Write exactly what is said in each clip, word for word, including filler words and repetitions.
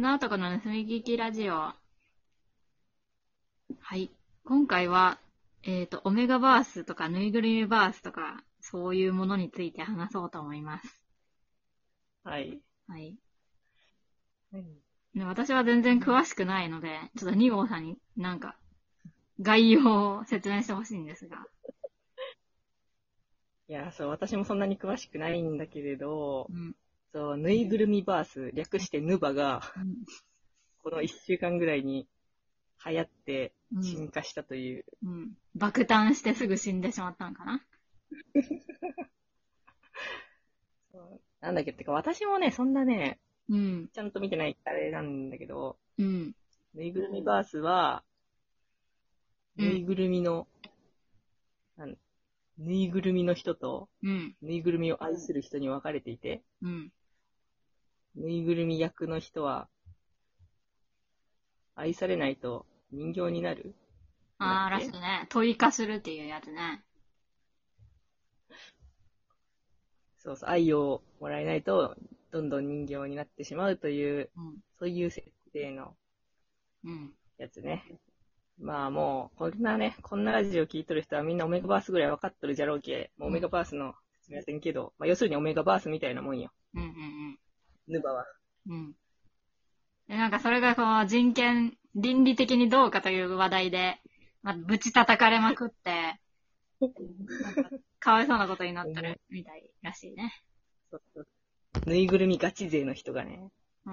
女男の盗み聞きラジオ。はい。今回は、えっと、オメガバースとかぬいぐるみバースとか、そういうものについて話そうと思います。 はい。 はい。 うん、 で私は全然詳しくないので、ちょっとに号さんになんか、概要を説明してほしいんですが。 いや、そう、私もそんなに詳しくないんだけれど、 うん。 そう、ぬいぐるみバース、略してヌバが、 うん。 このいっしゅうかんぐらいに流行ってうん。 進化したという。 うん。爆誕してすぐ死んでしまったのかな。 そうなんだっけってか、私もね、そんなね、 うん。 ちゃんと見てないあれなんだけど、 うん。 ぬいぐるみバースは、 うん。 ぬいぐるみの、なんぬいぐるみの人と、 うん。 ぬいぐるみを愛する人に分かれていて、 うん。 ぬいぐるみ役の人は、愛されないと人形になるんだっあーらしいけ。 ね。トイ化するっていうやつね。 そうそう、愛をもらえないと、どんどん人形になってしまうという、 うん。 そういう設定のうん。 やつね。まあもう、こんなね、こんなラジオ聞いとる人はみんなオメガバースぐらい分かっとるじゃろうけ、もうオメガバースの説明はせんけど、まあ要するにオメガバースみたいなもんよ。 うん。 ヌバは。 うん。うん。で、なんかそれがこう人権、倫理的にどうかという話題で、まあ、ぶち叩かれまくって、なんか、かわいそうなことになってるみたいらしいね。 そうそう、ぬいぐるみガチ勢の人がね、 うん。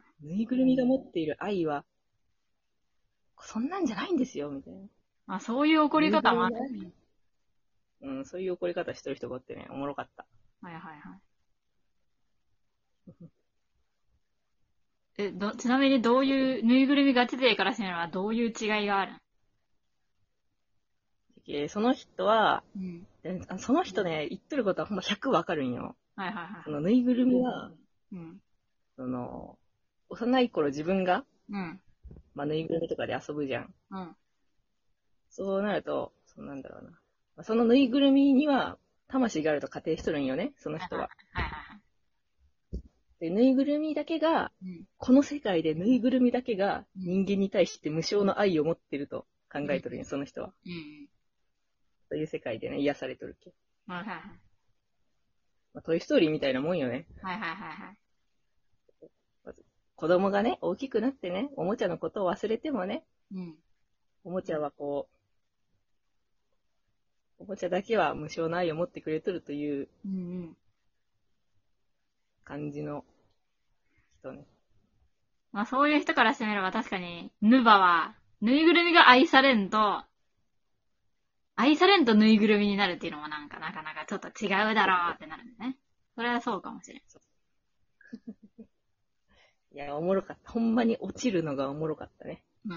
ぬいぐるみが持っている愛は、そんなんじゃないんですよ、みたいな。 まあ、そういう怒りぬいぐ方もある。 るみの愛、うん、そういう怒り方してる人がおってね、おもろかった。 はいはいはい。え、ど、ちなみにどういう、ぬいぐるみガチ勢からしてみればどういう違いがある？ でその人は、 うん。 でその人ね、言ってることはほんまひゃくわかるんよ。 はいはいはい。 そのぬいぐるみは、 うん。 その、幼い頃自分が、 うん。 まあ、ぬいぐるみとかで遊ぶじゃん。 うん。 そうなると、そうなんだろうな。まあそのぬいぐるみには、魂があると仮定しとるんよね、そのはいはい人は。 はいはい。 で、ぬいぐるみだけが、 うん。 この世界でぬいぐるみだけがうん。 人間に対して無償の愛を持ってると考うん。 えとるんよ、その人は。 うん。 そういう世界でね、癒されとるっけ。 はいはいはい。 まあ、トイストーリーみたいなもんよね。 はいはいはいはい。 まず子供がね、大きくなってね、おもちゃのことを忘れてもね、 うん。 おもちゃはこう、おもちゃだけは無償の愛を持ってくれとるといううんうん。 感じの人ね。 まあそういう人からしてみれば確かに、ヌバは、ぬいぐるみが愛されんと、愛されんとぬいぐるみになるっていうのもなんかなかなかちょっと違うだろうってなるんだね。それはそうかもしれん。 いや、おもろかった。ほんまに落ちるのがおもろかったね。 うん。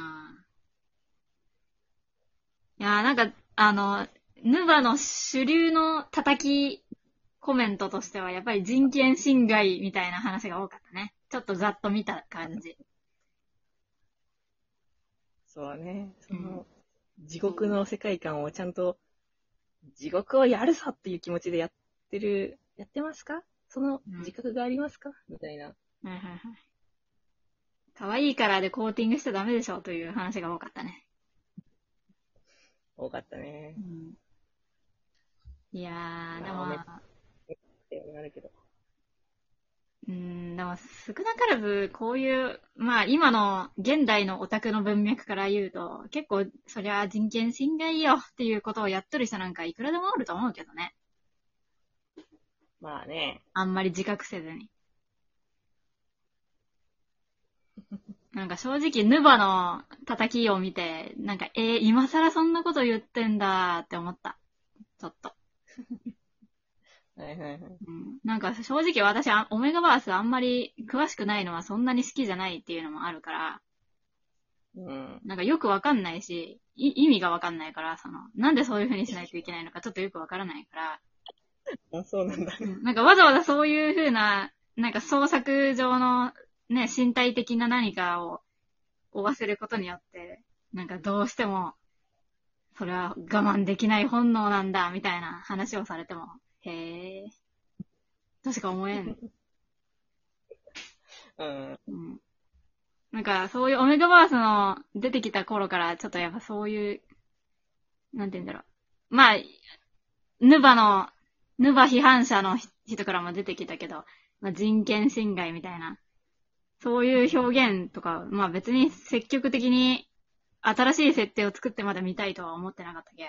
いやーなんか、あの、ヌバの主流の叩きコメントとしては、やっぱり人権侵害みたいな話が多かったね。ちょっとざっと見た感じ。 そうね。 うん。 その、地獄の世界観をちゃんと、地獄をやるぞっていう気持ちでやってる、やってますか、そのうん。 自覚がありますかみたいな。 はいはいはい。可愛いカラーでコーティングしちゃダメでしょという話が多かったね。 多かったね。 うん。いやー、でまあ、おめっも、 てなるけど。 うーん、でも少なからず、こういう、まあ今の現代のオタクの文脈から言うと、結構そりゃ人権侵害よっていうことをやっとる人なんかいくらでもおると思うけどね。 まあね。 あんまり自覚せずに。なんか正直ヌバの叩きを見て、なんか、えー、今更そんなこと言ってんだって思った。ちょっと。 はいはいはい。 うん、なんか正直私、オメガバースあんまり詳しくないのはそんなに好きじゃないっていうのもあるから、 うん。 なんかよくわかんないし、意味がわかんないから、その、なんでそういう風にしないといけないのかちょっとよくわからないから、 あ、そうなんだ。 うん、なんかわざわざそういう風な、なんか創作上のね、身体的な何かを追わせることによって、なんかどうしても、それは我慢できない本能なんだ、みたいな話をされても、へー、としか思えん。 うん。 うん。 なんか、そういうオメガバースの出てきた頃から、ちょっとやっぱそういう、なんて言うんだろう。まあ、ヌバの、ヌバ批判者の人からも出てきたけど、まあ、人権侵害みたいな、そういう表現とか、まあ別に積極的に新しい設定を作ってまで見たいとは思ってなかったけ。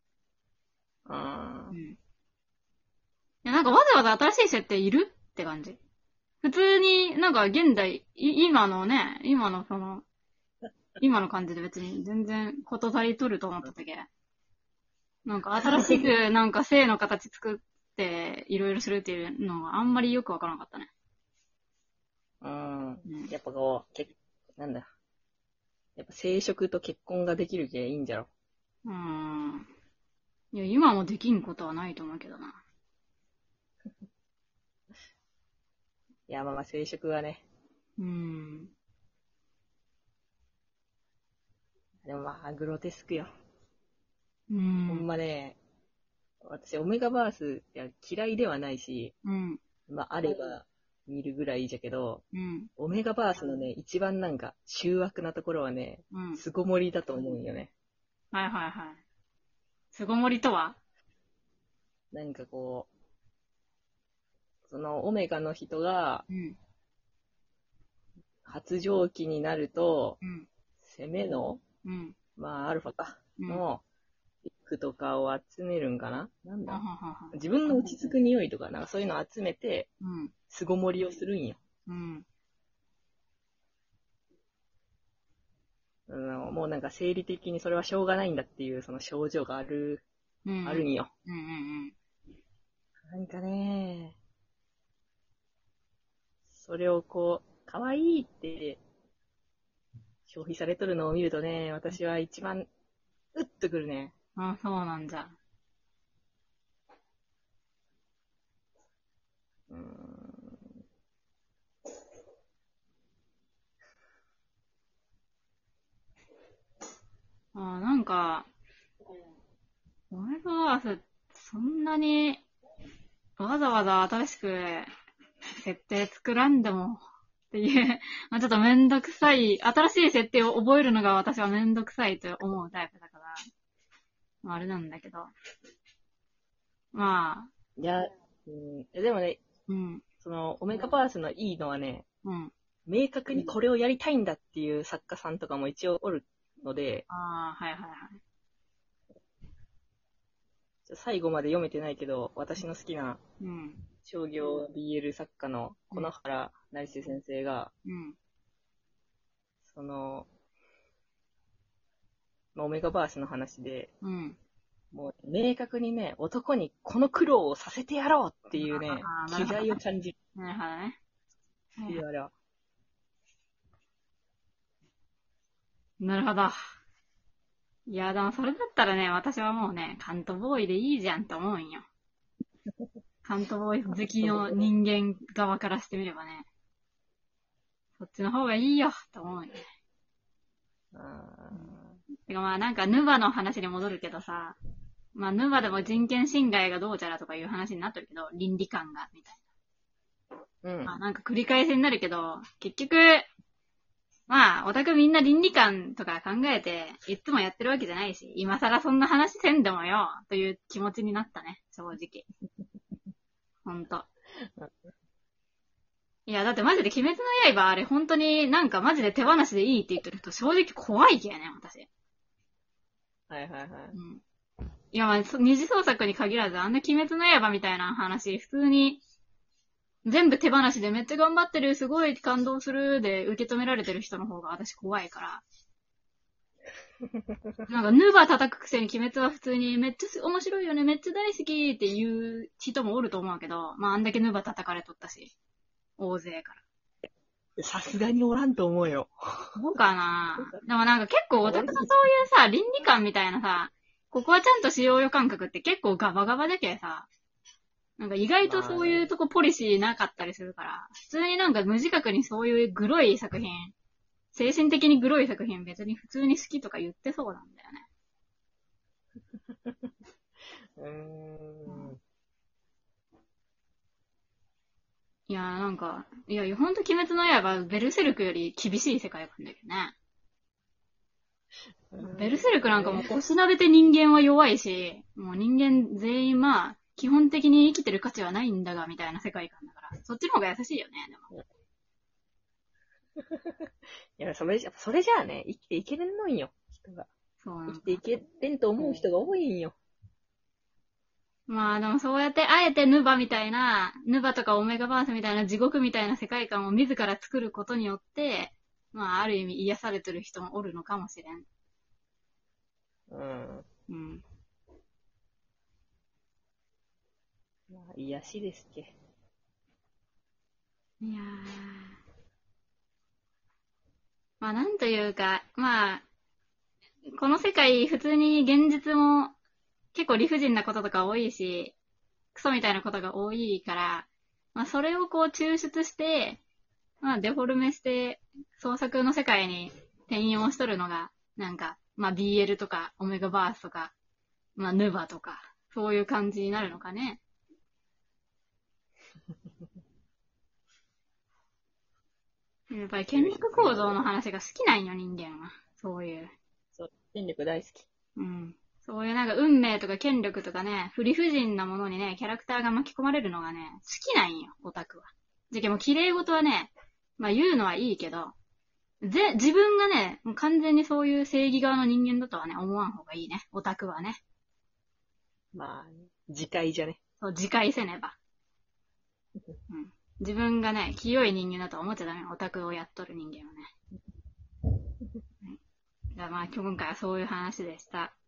あうん。いや、なんかわざわざ新しい設定いるって感じ。普通になんか現代、い今のね、今のその、今の感じで別に全然こと足りとると思ったけ。なんか新しくなんか性の形作っていろいろするっていうのはあんまりよくわからなかったね。 あ。ううんん。やっぱこう、け、なんだ。やっぱ生殖と結婚ができるけいいんじゃろ。 うーん。いや、今もできんことはないと思うけどな。 いや、まあまあ生殖はね。 うーん。 でもまあ、グロテスクよ。 うーほんん。 まね、私、オメガバースいや嫌いではないし、 うん。 まあ、あれば見るぐらいじゃけど、 うん。 オメガバースのね、一番なんか、醜悪なところはね、 うん。 巣ごもりだと思うんよね。 はいはいはい。巣ごもりとは？ なんかこう、そのオメガの人がうん。 発情期になると、 うん。 攻めの、 うん。 まあ、アルファか、 うん。 の、ピックとかを集めるんかななんだはははは。 自分の落ち着く匂いとか、なんかそういうのを集めて、 うん。 巣ごもりをするんよ。 うん。 あのもうなんか生理的にそれはしょうがないんだっていうその症状がある、 うん。 あるんよ。 うん。うん。 なんかね、それをこう、可愛いって消費されとるのを見るとね、私は一番、うっとくるね。 あ、そうなんじゃ。 うーん。 あ、なんか、オメガバース、そんなに、わざわざ新しく設定作らんでもっていう、まあちょっとめんどくさい、新しい設定を覚えるのが私はめんどくさいと思うタイプだから、まああれなんだけど。まあ、 いや、うん、でもね、 うん、 その、オメガバースのいいのはね、 うん。 明確にこれをやりたいんだっていう作家さんとかも一応おるので、 ああ、はいはいはい。 最後まで読めてないけど、私の好きなうん、 商業 ビーエル 作家のこの原成瀬先生が、 うん、 その、まあオメガバースの話で、 うん。 もう明確にね、男にこの苦労をさせてやろうっていうねあ、あ、なる気ほどね。 概を感じなるほどね。はいはい。 るあれは。 なるほど。いや、でもそれだったらね、私はもうね、カントボーイでいいじゃんって思うんよ。カントボーイ好きの人間側からしてみればね、そっちの方がいいよって思うよね。 あてかまあなんかヌバの話に戻るけどさ、まあヌバでも人権侵害がどうちゃらとかいう話になってるけど、倫理観が、みたいーうん。 な。まあなんか繰り返しになるけど、結局、まあ、オタクみんな倫理観とか考えて、いつもやってるわけじゃないし、今更そんな話せんでもよ、という気持ちになったね、正直。ほんと。いや、だってマジで鬼滅の刃あれ本当になんかマジで手放しでいいって言ってる人正直怖いけどね、私。 はいはいはい。 うん。いや、まあ、そ二次創作に限らず、あんな鬼滅の刃みたいな話、普通に、全部手放しでめっちゃ頑張ってる、すごい感動するで受け止められてる人の方が私怖いから。なんか、ヌバ叩くくせに鬼滅は普通にめっちゃ面白いよね、めっちゃ大好きっていう人もおると思うけど、まあ、あんだけヌバ叩かれとったし、大勢から。 さすがにおらんと思うよ。 そうかな。でもなんか結構オタクのそういうさ、倫理観みたいなさ、ここはちゃんとしようよ感覚って結構ガバガバだけさ、なんか意外とそういうとこポリシーなかったりするから、普通になんか無自覚にそういうグロい作品、精神的にグロい作品別に普通に好きとか言ってそうなんだよね。 うーん。 いやーなんか、 いや、ほんと鬼滅の刃、ベルセルクより厳しい世界観だけどね。ベルセルクなんかもう押しなべて人間は弱いし、もう人間全員まあ、基本的に生きてる価値はないんだが、みたいな世界観だから、そっちの方が優しいよね、でも。 いや、それじゃ、それじゃあね、生きていけれんのんよ、人が。 そうなんだ。 生きていけれんと思う人が多いんよ。 まあでもそうやってあえてヌバみたいな、ヌバとかオメガバースみたいな地獄みたいな世界観を自ら作ることによって、まあある意味癒されてる人もおるのかもしれん。 うん。 うん。 まあ、癒しですっけ。 いやー。まあなんというか、まあ、この世界普通に現実も結構理不尽なこととか多いし、クソみたいなことが多いから、まあそれをこう抽出して、まあデフォルメして創作の世界に転用しとるのが、なんか、まあ ビーエル とかオメガバースとか、まあヌバとか、そういう感じになるのかね。やっぱり権力構造の話が好きなんよ、人間は。そういう。 そう、権力大好き。 うん。そういうなんか運命とか権力とかね、不理不尽なものにね、キャラクターが巻き込まれるのがね、好きなんよ、オタクは。じゃけもう綺麗事はね、まあ言うのはいいけど、ぜ、自分がね、もう完全にそういう正義側の人間だとはね、思わん方がいいね、オタクはね。 まあ、自戒じゃね。 そう、自戒せねば。うん。自分がね、清い人間だとは思っちゃダメよ、オタクをやっとる人間はね。じゃあまあ今回はそういう話でした。